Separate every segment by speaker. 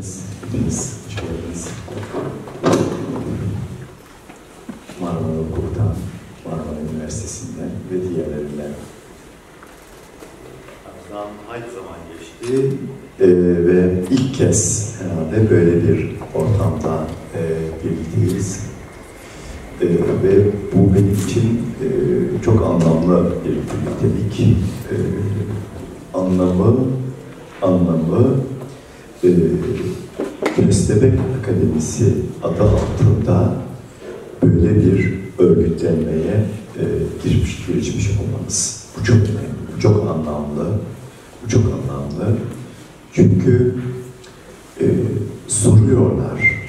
Speaker 1: geldiniz. Hepiniz hoş geldiniz. Marmara Hukuk'tan, Marmara Üniversitesi'nden ve diğerlerinden. Aradan hayli zaman geçti ve ilk kez herhalde böyle bir ortamda birlikteyiz. Ve bu benim için çok anlamlı bir birliktelik. Anlamı Köstebek Akademisi adı altında böyle bir örgütlenmeye girişmiş olmanız. Bu çok önemli, bu çok anlamlı. Bu çok anlamlı. Çünkü soruyorlar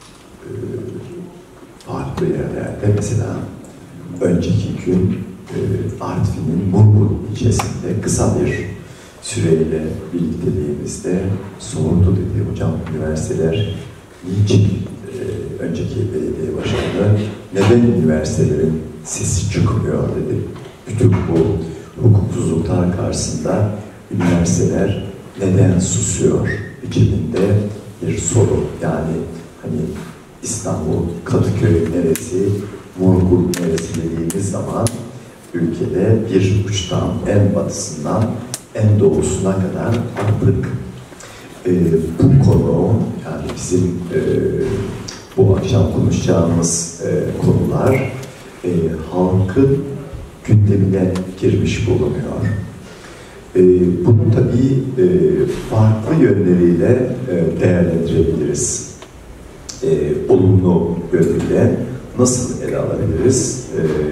Speaker 1: farklı yerlerde. Mesela önceki gün Artvin'in Murgul ilçesinde kısa bir süreyle birlikteliğimizde sordu dedi. Hocam üniversiteler niçin önceki belediye başkanı neden üniversitelerin sesi çıkmıyor dedi. Bütün bu hukuksuzluklar karşısında üniversiteler neden susuyor biçiminde bir soru. Yani hani İstanbul, Kadıköy neresi, Murgul neresi dediğimiz zaman ülkede bir uçtan en batısından en doğusuna kadar artık bu konu, yani bizim bu akşam konuşacağımız konular halkın gündemine girmiş bulunuyor. Bunu tabii farklı yönleriyle değerlendirebiliriz. Olumlu yönüyle nasıl ele alabiliriz?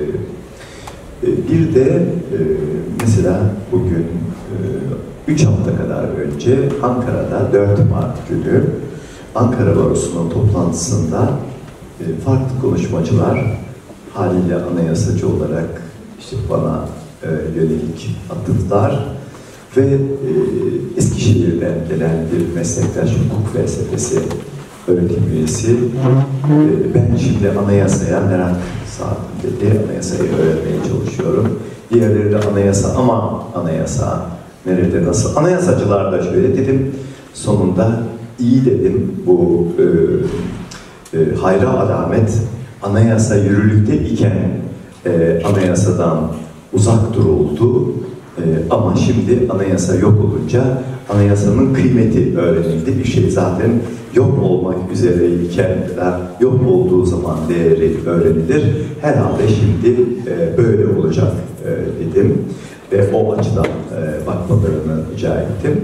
Speaker 1: Bir de mesela bugün 3 hafta kadar önce Ankara'da 4 Mart günü Ankara Barosu'nun toplantısında farklı konuşmacılar haliyle anayasacı olarak işte bana yönelik atıldılar ve Eskişehir'den gelen bir meslektaş hukuk felsefesi öğretim üyesi ben şimdi anayasaya merak sardım dedi. Anayasayı öğrenmeye çalışıyorum. Diğerleri de anayasa ama anayasa nerede nasıl? Anayasacılar da şöyle dedim. Sonunda iyi dedim. Bu hayra alamet anayasa yürürlükte iken anayasadan uzak duruldu. Ama şimdi anayasa yok olunca anayasanın kıymeti öğrenildi. Bir şey zaten yok olmak üzereyken, yok olduğu zaman değeri öğrenilir. Herhalde şimdi böyle olacak dedim. Ve o açıdan bakmalarını rica ettim.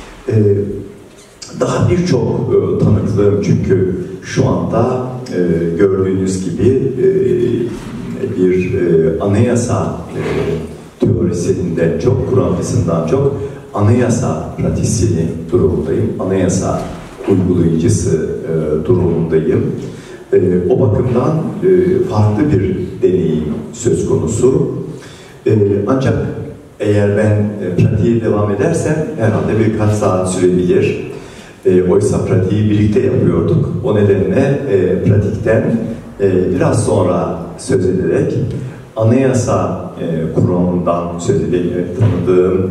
Speaker 1: Daha birçok tanıklığım çünkü şu anda gördüğünüz gibi bir anayasa teorisyeninde çok, Kur'ancısından çok anayasa pratisyeni durumundayım. Anayasa uygulayıcısı durumundayım. O bakımdan farklı bir deneyim söz konusu. Ancak eğer ben pratiğe devam edersem herhalde birkaç saat sürebilir. Oysa pratiği birlikte yapıyorduk. O nedenle pratikten biraz sonra söz ederek anayasa kuramından söz edeyim. Tanıdığım,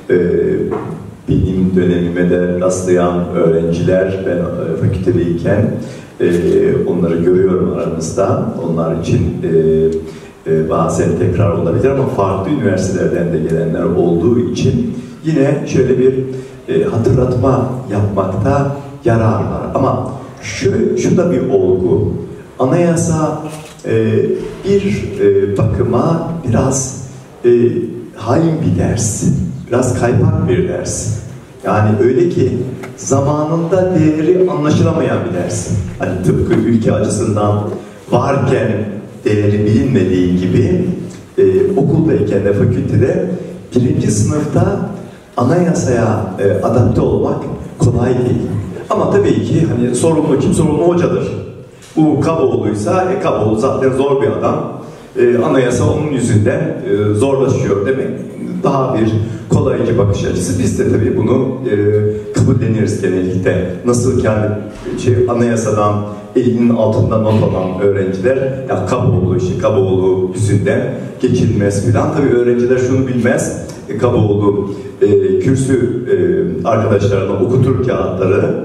Speaker 1: benim dönemime de rastlayan öğrenciler, ben fakültedeyken onları görüyorum aramızda. Onlar için bazen tekrar olabilir ama farklı üniversitelerden de gelenler olduğu için yine şöyle bir hatırlatma yapmakta yarar var. Ama şu da bir olgu. Anayasa bir bakıma biraz hain bir ders, biraz kaypak bir ders. Yani öyle ki zamanında değeri anlaşılamayan bir ders. Hani tıpkı ülke açısından varken değeri bilinmediği gibi okuldayken de fakültede 1. sınıfta anayasaya adapte olmak kolay değil. Ama tabii ki hani sorumlu kim? Sorumlu hocadır. Bu Kaboğlu'ysa Kaboğlu zaten zor bir adam. Anayasa onun yüzünden zorlaşıyor demek. Daha bir kolaycı bakış açısı. Biz de tabii bunu kabulleniriz genellikle. Nasıl ki yani anayasadan elinin altında not alan öğrenciler ya Kaboğlu yüzünden geçilmez filan. Tabii öğrenciler şunu bilmez. Kaboğlu kürsü arkadaşlarına okutur kağıtları.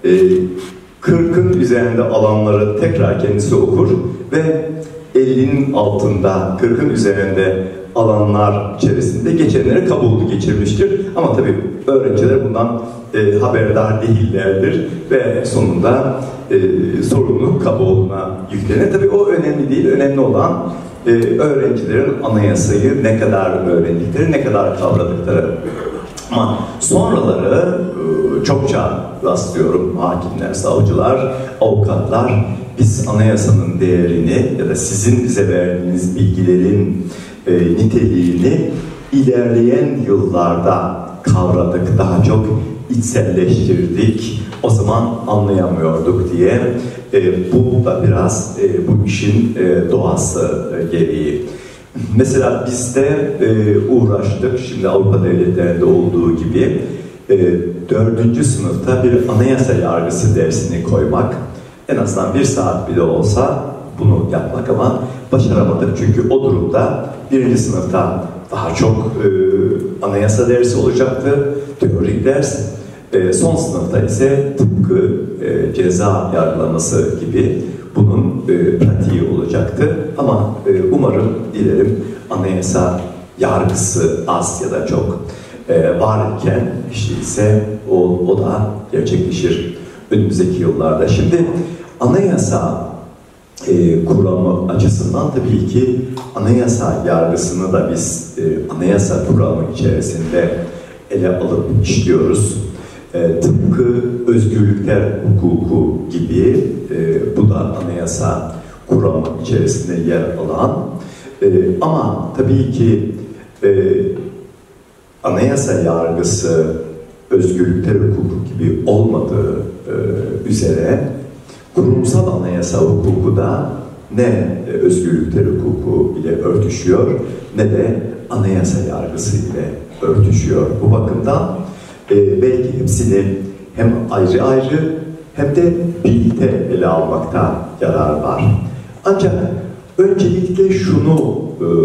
Speaker 1: 40'ın üzerinde alanları tekrar kendisi okur ve 50'nin altında 40'ın üzerinde alanlar içerisinde geçenleri kabul geçirmiştir. Ama tabii öğrenciler bundan haberdar değillerdir ve sonunda sorumluluk kabuğuna yüklenir. Tabii o önemli değil. Önemli olan öğrencilerin anayasayı ne kadar öğrendikleri, ne kadar kavradıkları. Ama sonraları çokça rastlıyorum. Hakimler, savcılar, avukatlar, biz anayasanın değerini ya da sizin bize verdiğiniz bilgilerin niteliğini ilerleyen yıllarda kavradık, daha çok içselleştirdik, o zaman anlayamıyorduk diye. Bu da biraz bu işin doğası gereği. Mesela biz de uğraştık, şimdi Avrupa devletlerinde olduğu gibi 4. sınıfta bir anayasa yargısı dersini koymak, en azından 1 saat bile olsa bunu yapmak, ama başaramadık. Çünkü o durumda 1. sınıfta daha çok anayasa dersi olacaktı, teorik ders. Son sınıfta ise tıpkı ceza yargılaması gibi bunun pratiği olacaktı. Ama umarım, dilerim, anayasa yargısı az ya da çok varken işte ise o da gerçekleşir önümüzdeki yıllarda. Şimdi anayasa kuramı açısından tabii ki anayasa yargısını da biz anayasa kuramı içerisinde ele alıp işliyoruz. Tıpkı özgürlükler hukuku gibi bu da anayasa kuramı içerisinde yer alan, ama tabii ki anayasa yargısı özgürlükler hukuku gibi olmadığı üzere kurumsal anayasa hukuku da ne özgürlükler hukuku ile örtüşüyor ne de anayasa yargısı ile örtüşüyor. Bu bakımdan belki hepsini hem ayrı ayrı hem de birlikte ele almakta yarar var. Ancak öncelikle şunu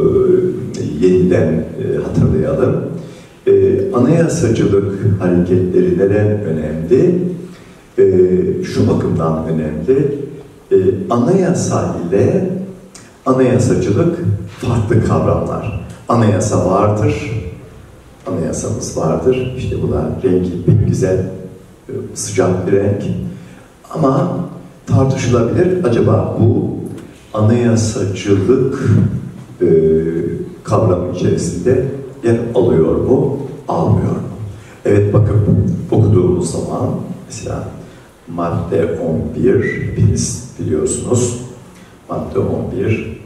Speaker 1: yeniden hatırlayalım. Anayasacılık hareketleri neden önemli? Şu bakımdan önemli. Anayasa ile anayasacılık farklı kavramlar. Anayasa vardır, anayasamız vardır. İşte bu da rengi pek güzel, sıcak bir renk. Ama tartışılabilir. Acaba bu anayasacılık kavramı içerisinde yer alıyor mu, almıyor mu? Evet, bakın okuduğumuz zaman mesela madde 11, biliyorsunuz, madde 11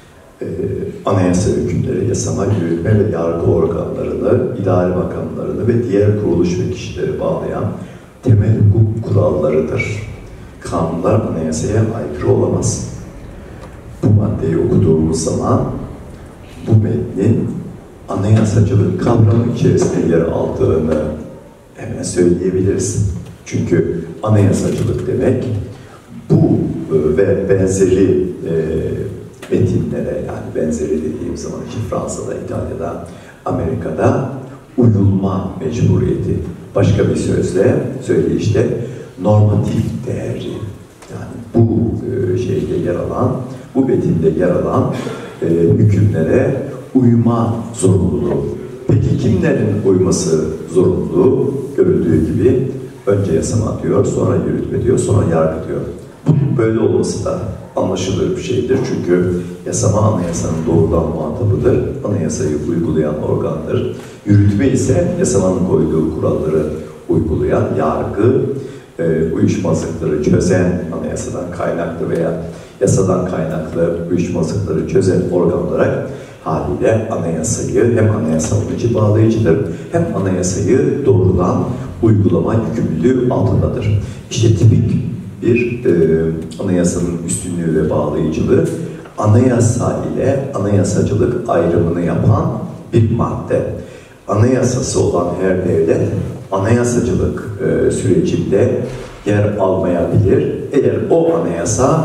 Speaker 1: anayasa hükümleri, yasama, yürütme ve yargı organlarını, idari makamlarını ve diğer kuruluş ve kişileri bağlayan temel hukuk kurallarıdır. Kanunlar anayasaya aykırı olamaz. Bu maddeyi okuduğumuz zaman bu metnin anayasacılık kavramı içerisinde yer aldığını hemen söyleyebiliriz. Çünkü anayasacılık demek bu ve benzeri metinlere, yani benzeri dediğim zaman için Fransa'da, İtalya'da, Amerika'da uyulma mecburiyeti. Başka bir sözle söyleyişte normatif değeri. Yani bu şeyde yer alan, bu metinde yer alan hükümlere uyma zorunluluğu. Peki kimlerin uyması zorunluluğu? Görüldüğü gibi önce yasama diyor, sonra yürütme diyor, sonra yargı diyor. Bunun böyle olması da anlaşılır bir şeydir. Çünkü yasama anayasanın doğrudan muhatabıdır. Anayasayı uygulayan organdır. Yürütme ise yasamanın koyduğu kuralları uygulayan, yargı, uyuşmazlıkları çözen, anayasadan kaynaklı veya yasadan kaynaklı uyuşmazlıkları çözen organ olarak haliyle anayasayı hem anayasal gücü bağlayıcıdır, hem anayasayı doğrudan uygulama yükümlülüğü altındadır. İşte tipik bir anayasanın üstünlüğü ve bağlayıcılığı, anayasa ile anayasacılık ayrımını yapan bir madde. Anayasası olan her devlet anayasacılık sürecinde yer almayabilir. Eğer o anayasa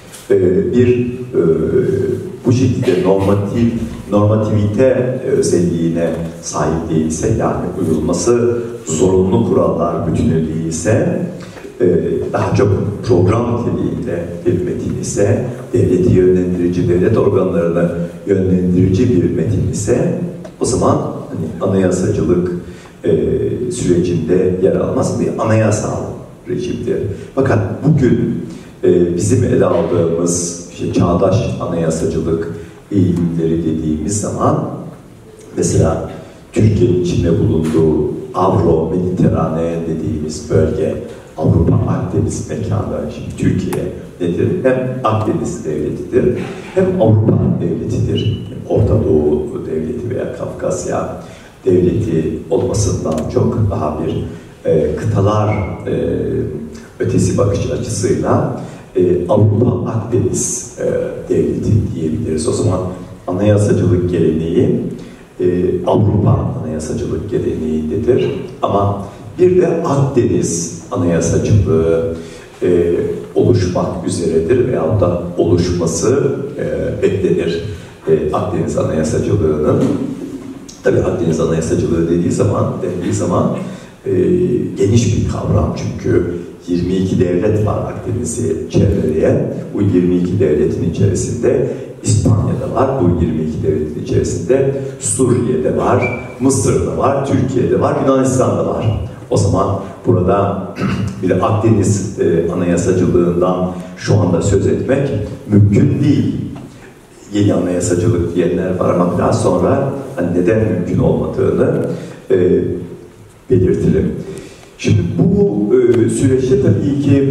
Speaker 1: bu şekilde normativite özelliğine sahip değilse, yani uyulması zorunlu kurallar bütünü değilse, daha çok program niteliğinde bir metin ise, devleti yönlendirici, devlet organlarını yönlendirici bir metin ise, o zaman hani anayasacılık sürecinde yer almaz, bir anayasal rejimdir. Fakat bugün bizim ele aldığımız işte çağdaş anayasacılık eğilimleri dediğimiz zaman, mesela Türkiye'nin içinde bulunduğu Avro-Mediterane dediğimiz bölge, Avrupa Akdeniz mekanı, şimdi Türkiye nedir? Hem Akdeniz devletidir, hem Avrupa devletidir. Orta Doğu devleti veya Kafkasya devleti olmasından çok daha bir kıtalar ötesi bakış açısıyla Avrupa Akdeniz devleti diyebiliriz. O zaman anayasacılık geleneği Avrupa anayasacılık geleneğindedir. Ama bir de Akdeniz anayasacılığı oluşmak üzeredir veyahut da oluşması beklenir. Akdeniz anayasacılığının, tabii Akdeniz anayasacılığı dendiği zaman geniş bir kavram, çünkü 22 devlet var Akdeniz'i çevreleyen. Bu 22 devletin içerisinde İspanya'da var, bu 22 devletin içerisinde Suriye'de var, Mısır'da var, Türkiye'de var, Yunanistan'da var. O zaman burada bir de Akdeniz anayasacılığından şu anda söz etmek mümkün değil. Yeni anayasacılık diyenler var ama daha sonra hani neden mümkün olmadığını belirtelim. Şimdi bu süreçte tabii ki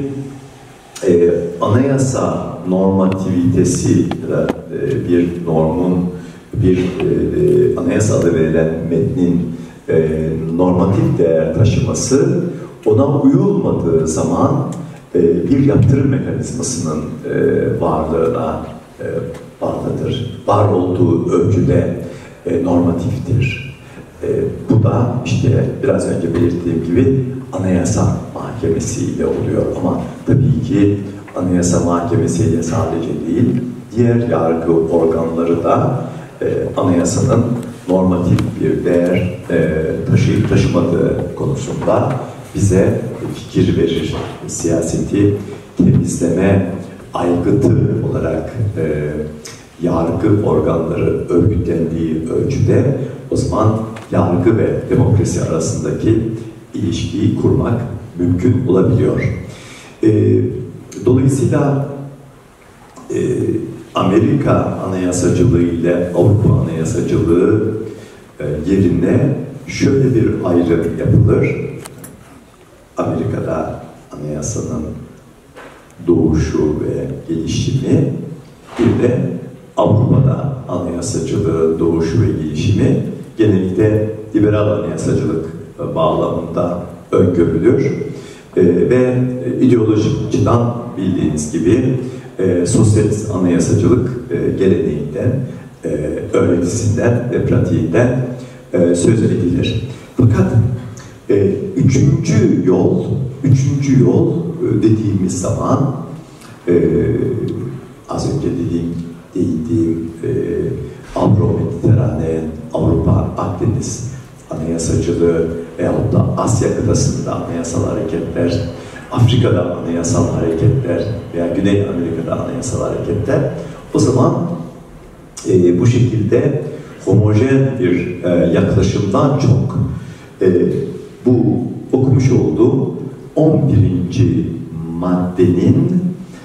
Speaker 1: anayasa normativitesi bir normun, bir anayasa adı verilen metnin normatif değer taşıması, ona uyulmadığı zaman bir yaptırım mekanizmasının varlığına bağlıdır. Var olduğu ölçüde normatiftir. Bu da işte biraz önce belirttiğim gibi Anayasa Mahkemesi'yle oluyor. Ama tabii ki Anayasa Mahkemesi'yle sadece değil, diğer yargı organları da anayasanın normatif bir değer taşıyıp taşımadığı konusunda bize fikir verir. Siyaseti temizleme aygıtı olarak yargı organları örgütlendiği ölçüde o zaman yargı ve demokrasi arasındaki ilişkiyi kurmak mümkün olabiliyor. Dolayısıyla Amerika anayasacılığı ile Avrupa anayasacılığı yerine şöyle bir ayrım yapılır. Amerika'da anayasanın doğuşu ve gelişimi, bir de Avrupa'da anayasacılığın doğuşu ve gelişimi genellikle liberal anayasacılık bağlamında öngörülür. Ve ideolojik açıdan bildiğiniz gibi sosyalist anayasacılık geleneğinden, öğretisinden ve pratiğinden söz edilir. Fakat üçüncü yol dediğimiz zaman az önce değindiğim Avro-Mediterane, Avrupa, Akdeniz anayasacılığı veyahut da Asya kıtasında anayasal hareketler, Afrika'da anayasal hareketler veya Güney Amerika'da anayasal hareketler, o zaman bu şekilde homojen bir yaklaşımdan çok bu okumuş olduğum 11. maddenin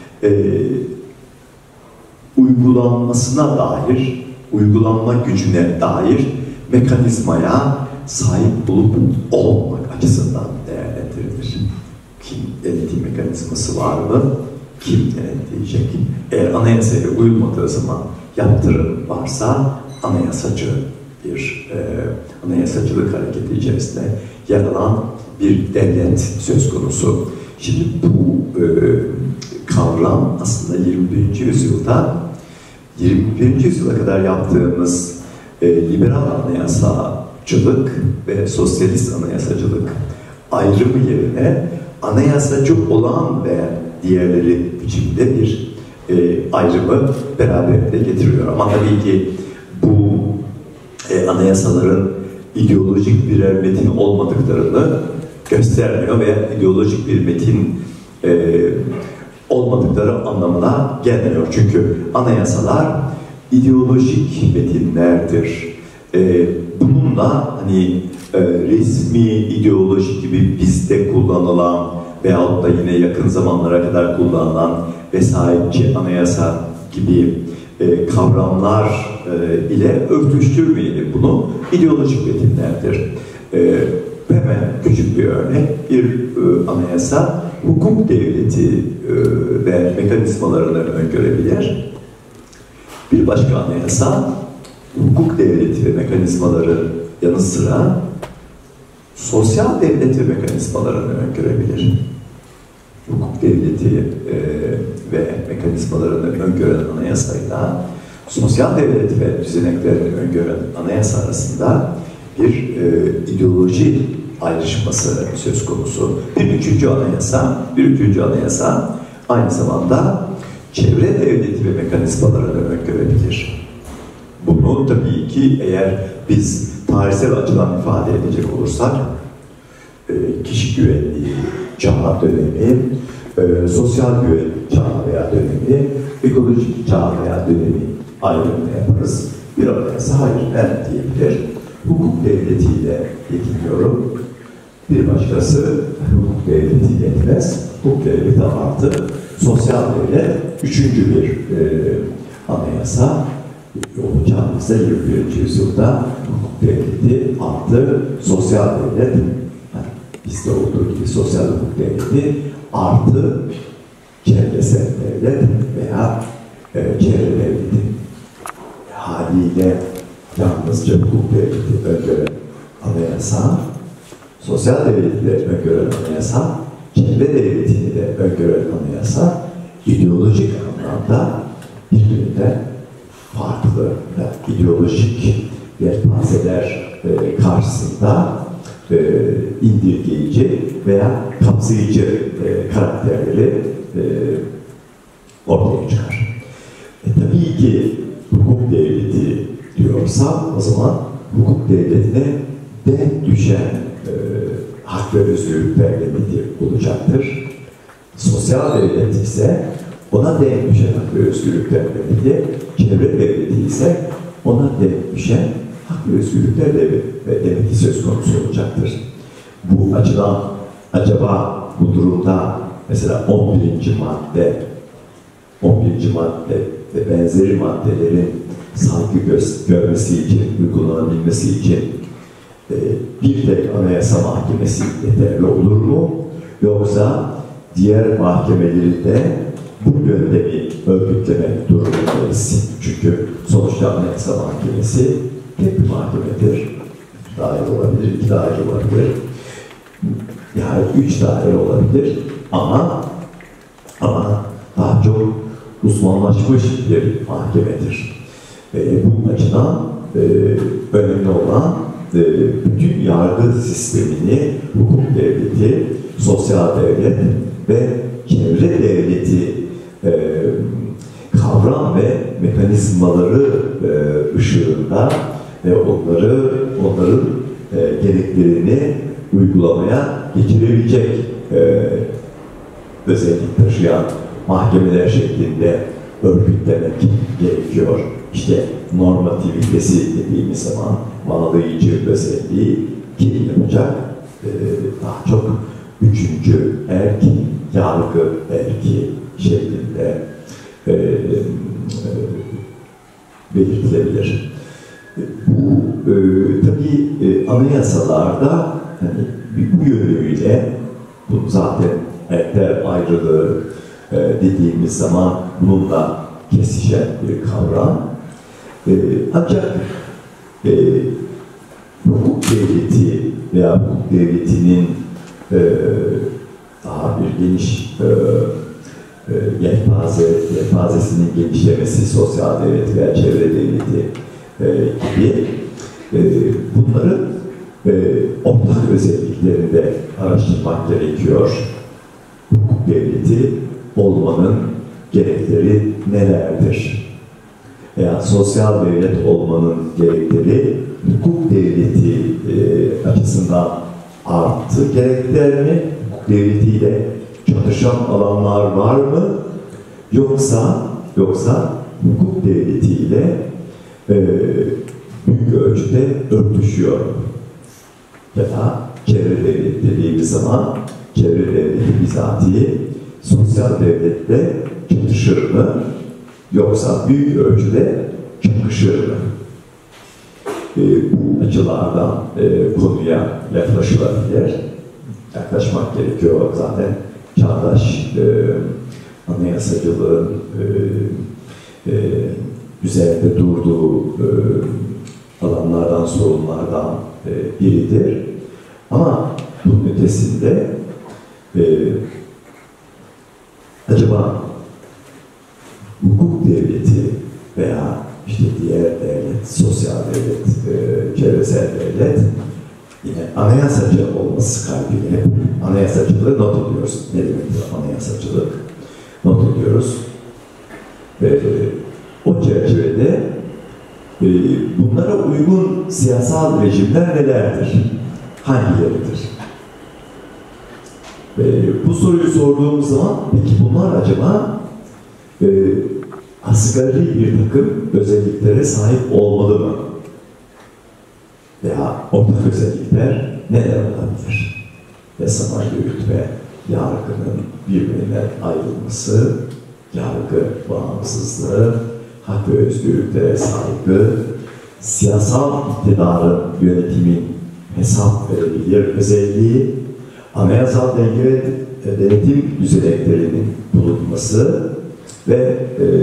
Speaker 1: uygulanmasına dair, uygulanma gücüne dair mekanizmaya sahip olup olmamak açısından değerlendirilir. Kim denetim mekanizması var mı? Kim denetleyecek? Eğer anayasaya uyulmadığı zaman yaptırım varsa anayasacı bir anayasacılık hareketi içerisinde yer alan bir devlet söz konusu. Şimdi bu kavram aslında 21. yüzyılda 21. yüzyıla kadar yaptığımız liberal anayasacılık ve sosyalist anayasacılık ayrımı yerine anayasacı olan ve diğerleri biçimde bir ayrımı beraberinde getiriyor. Ama tabii ki bu anayasaların ideolojik birer metin olmadıklarını göstermiyor veya ideolojik bir metin olmadıkları anlamına gelmiyor. Çünkü anayasalar ideolojik metinlerdir. Bununla hani resmi ideoloji gibi bizde kullanılan veyahut da yine yakın zamanlara kadar kullanılan vesayetçi anayasa gibi kavramlar ile örtüştürmeyelim bunu. İdeolojik metinlerdir. Hemen küçük bir örnek, bir anayasa hukuk devleti ve mekanizmalarını öngörebilir. Bir başka anayasa hukuk devleti ve mekanizmaları yanı sıra sosyal devlet ve mekanizmalarını öngörebilir. Hukuk devleti ve mekanizmalarını öngören anayasayla sosyal devlet ve düzeneklerini öngören anayasa arasında bir ideoloji ayrışması söz konusu. Bir üçüncü anayasa aynı zamanda çevre devleti ve mekanizmalarını öngörebilir. Bunu tabii ki eğer biz tarihsel açıdan ifade edecek olursak kişi güvenliği çağı dönemi, sosyal güvenlik çağı veya dönemi, ekolojik çağ veya dönemi ayrımını yaparız. Bir anayasa hayır ben diyebilir. Hukuk devletiyle yetiniyorum. Bir başkası hukuk devleti yetmez. Hukuk devleti artı sosyal devlet üçüncü bir anayasa. Olacağımızda 21. yüzyılda hukuk devleti artı sosyal devlet, yani bizde olduğu gibi sosyal hukuk devleti artı çevresel devlet veya çevre devleti. Haliyle yalnızca hukuk devleti öngören anayasa, sosyal devleti de öngören anayasa, çevre devletini de öngören anayasa, ideolojik anlamda birbirinden farklı ideolojik yelpazeler karşısında indirgeyici veya kapsayıcı karakterleri ortaya çıkar. Tabii ki hukuk devleti diyorsam o zaman hukuk devletine denk düşen hak ve özgürlükler devleti olacaktır. Sosyal devlet ise ona denk düşen hak ve özgürlükler devleti, çevre devleti ise ona denk düşen hak ve özgürlükler devleti söz konusu olacaktır. Bu açıdan acaba bu durumda mesela 11. madde ve benzeri maddelerin saygı görmesi için, uygulanabilmesi için bir tek anayasa mahkemesi yeterli olur mu? Yoksa diğer mahkemeleri de bu yöntemi örgütlemek durumundayız. Çünkü sonuçta anayasa mahkemesi tek bir mahkemedir. Daire olabilir, 2 daire olabilir. Yani 3 daire olabilir ama daha çok uzmanlaşmış bir mahkemedir. Bu açıdan önemli olan bütün yargı sistemini hukuk devleti, sosyal devlet ve çevre devleti kavram ve mekanizmaları ışığında ve onların gereklerini uygulamaya geçirebilecek özellik taşıyan mahkemeler şeklinde örgütlemek gerekiyor. İşte normativitesi dediğimiz zaman bağlayıcı özelliği kim yapacak? Daha çok üçüncü erk, yargı erki şeklinde belirtilebilir. Bu tabii anayasalarda hani, bu yönüyle bu zaten erkler ayrılığı dediğimiz zaman bununla kesişen bir kavram. Ancak hukuk devleti veya hukuk devletinin daha bir geniş yelpazesinin genişlemesi, sosyal devlet veya çevre devleti gibi bunların ortak özelliklerini de araştırmak gerekiyor. Hukuk devleti olmanın gerekleri nelerdir? Veya sosyal devlet olmanın gerekleri hukuk devleti açısından artı gerekler mi? Hukuk devletiyle çatışan alanlar var mı? Yoksa hukuk devletiyle büyük ölçüde örtüşüyor mu? Ya da çevre devlet dediğimiz zaman çevre devleti bizatihi sosyal devletle çatışır mı? Yoksa büyük ölçüde çakışır mı? Bu açılardan konuya yaklaşılabilir. Yaklaşmak gerekiyor. Zaten çağdaş anayasacılığın üzerinde durduğu alanlardan, sorunlardan biridir. Ama bunun ötesinde acaba hukuk devleti veya işte diğer devlet, sosyal devlet, çevresel devlet yine anayasacı olması kaydıyla anayasacılığı not ediyoruz. Ne demektir anayasacılık? Not ediyoruz. O çerçevede bunlara uygun siyasal rejimler nelerdir? Hangileridir? Bu soruyu sorduğumuz zaman peki bunlar acaba asgari bir takım özelliklere sahip olmalı mı? Veya ortak özellikler neler olabilir? Yasama, yürütme, yargının birbirinden ayrılması, yargı bağımsızlığı, hak ve özgürlüklere saygı, siyasal iktidarın yönetimin hesap verebilir özelliği, anayasal denge ve denetim düzeneklerinin bulunması ve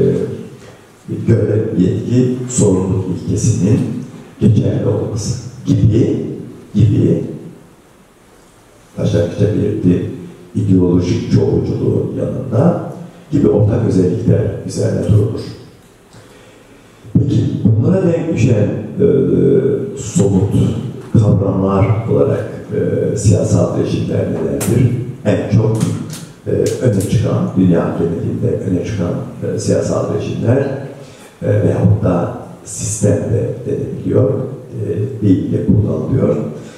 Speaker 1: görev, yetki, sorumluluk ilkesinin geçerli olması gibi başlangıçta belirtti ideolojik çoğulculuğun yanında gibi ortak özellikler üzerine durulur. Peki bunlara denk düşen somut kavramlar olarak siyasal rejimler nelerdir? En çok öne çıkan, dünya genelinde öne çıkan siyasal rejimler veyahut da sistem de denebiliyor, deyimle kullanılıyor.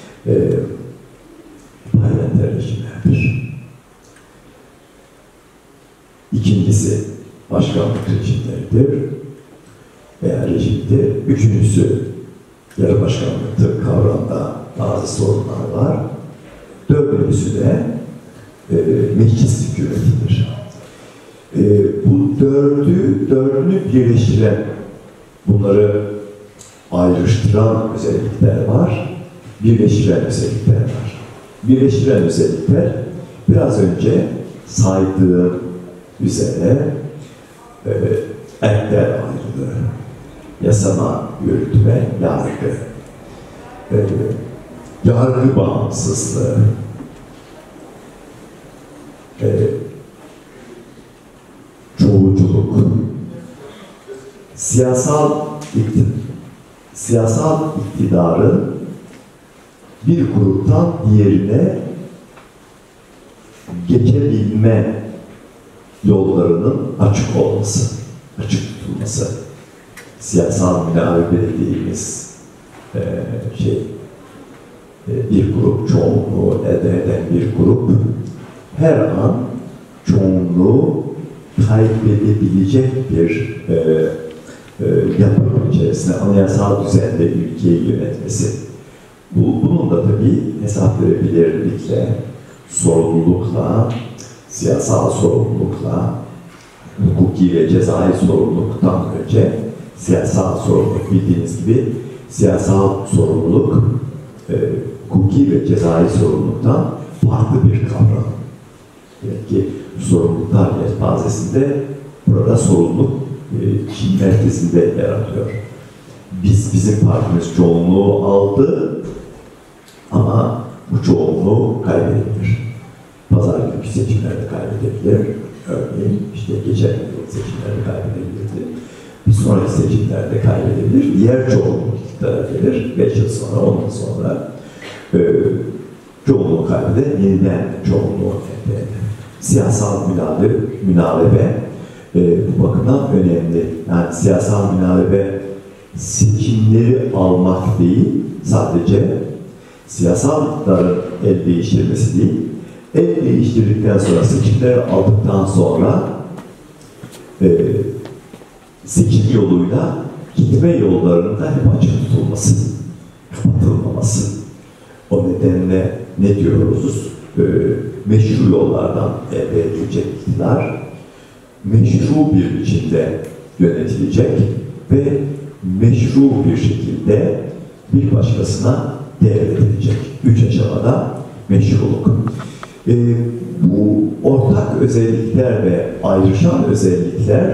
Speaker 1: Parlamenter rejimlerdir. İkincisi başkanlık rejimleridir veya rejimdir. Üçüncüsü yarı başkanlıktır. Kavramda bazı sorunlar var. Dördüncüsü de meclis hükümetidir. Bu dördünü birleştiren, bunları ayrıştıran özellikler var, birleştiren özellikler var. Birleştiren özellikler biraz önce saydığım üzere erkler ayrılığı, yasama, yürütme, yargı, yargı bağımsızlığı, çoğulculuk, siyasal iktidarın bir gruptan diğerine geçebilme yollarının açık olması, açık tutulması. Siyasal münavebe dediğimiz bir grup, çoğunluğu elde eden bir grup her an çoğunluğu kaybedebilecek bir yapı içerisinde anayasal düzende ülkeyi yönetmesi. Bunun da tabii hesap verebilirlikle, sorumlulukla, siyasal sorumlulukla, hukuki ve cezai sorumluluktan önce siyasal sorumluluk, bildiğiniz gibi siyasal sorumluluk hukuki ve cezai sorumluluktan farklı bir kavram. Demek ki sorumluluklar yelpazesinde burada sorumluluk Çin merkezinde yer alıyor. Bizim partimiz çoğunluğu aldı ama bu çoğunluğu kaybedebilir. Pazar günü seçimlerde kaybedebilir. Örneğin işte geçen yıl seçimlerde kaybedebilirdi. Bir sonraki seçimlerde kaybedebilir. Diğer çoğunluk iktidara gelir. 5 yıl sonra, 10 yıl sonra çoğunluğu kaybeder, yeniden çoğunluğu elde eder. Siyasal münavebe bu bakımdan önemli. Yani siyasal münavebe seçimleri almak değil, sadece siyasal iktidarın el değiştirmesi değil, El değiştirdikten sonra, seçimleri aldıktan sonra seçim yoluyla gitme yollarında hep açık tutulması, kapatılmaması. O nedenle ne diyoruz? Meşru yollardan elde edilecek iktidar, meşru bir biçimde yönetilecek ve meşru bir şekilde bir başkasına devredilecek. 3 aşamada meşruluk. Bu ortak özellikler ve ayrışan özellikler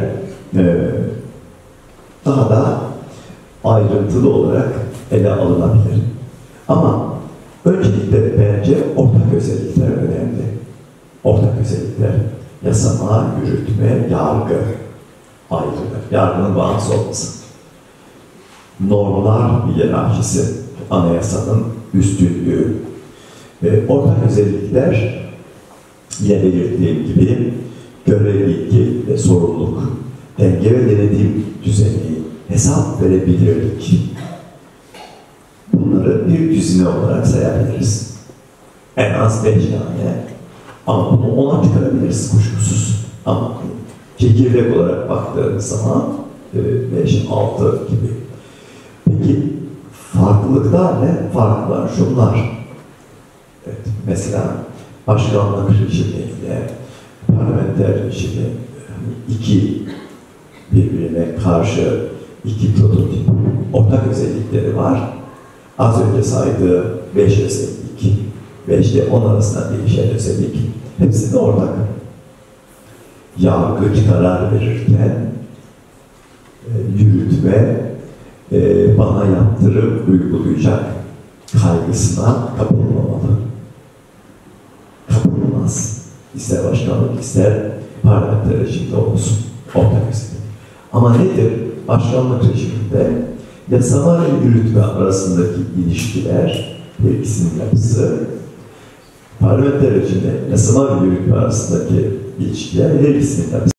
Speaker 1: daha da ayrıntılı olarak ele alınabilir. Ama öncelikle bence ortak özellikler önemli. Ortak özellikler, yasama, yürütme, yargı ayrıdır. Yargının bağımsız olması. Normlar hiyerarşisi, anayasanın üstünlüğü. Ortak özellikler, yine belirttiğim gibi, görev bilgi ve sorumluluk, denge ve denetim düzeni, hesap verebilirlik. Bunları bir düzine olarak sayabiliriz. En az 5 tane. Ama bunu 10'a çıkarabiliriz kuşkusuz. Ama çekirdek olarak baktığımız zaman 5, 6 gibi. Peki farklılıklar ne? Farklar şunlar. Evet, mesela başkanlık rejimiyle parlamenter rejimi iki birbirine karşı iki prototip ortak özellikleri var. Az önce saydığım 5 özellik, 5 ile 10 arasında değişen özellik, hepsi de ortak. Yargıç karar verirken yürütme bana yaptırım uygulayacak kaygısına kapılmamalı. Kapılmaz. İster başkanlık, ister parlamenter rejimde olsun. Ortak özellik. Ama nedir? Başkanlık rejiminde yasama ve yürütme arasındaki ilişkiler, her ikisinin yapısı, parlamenter rejimde yasama ve yürütme arasındaki ilişkiler, her ikisinin yapısı.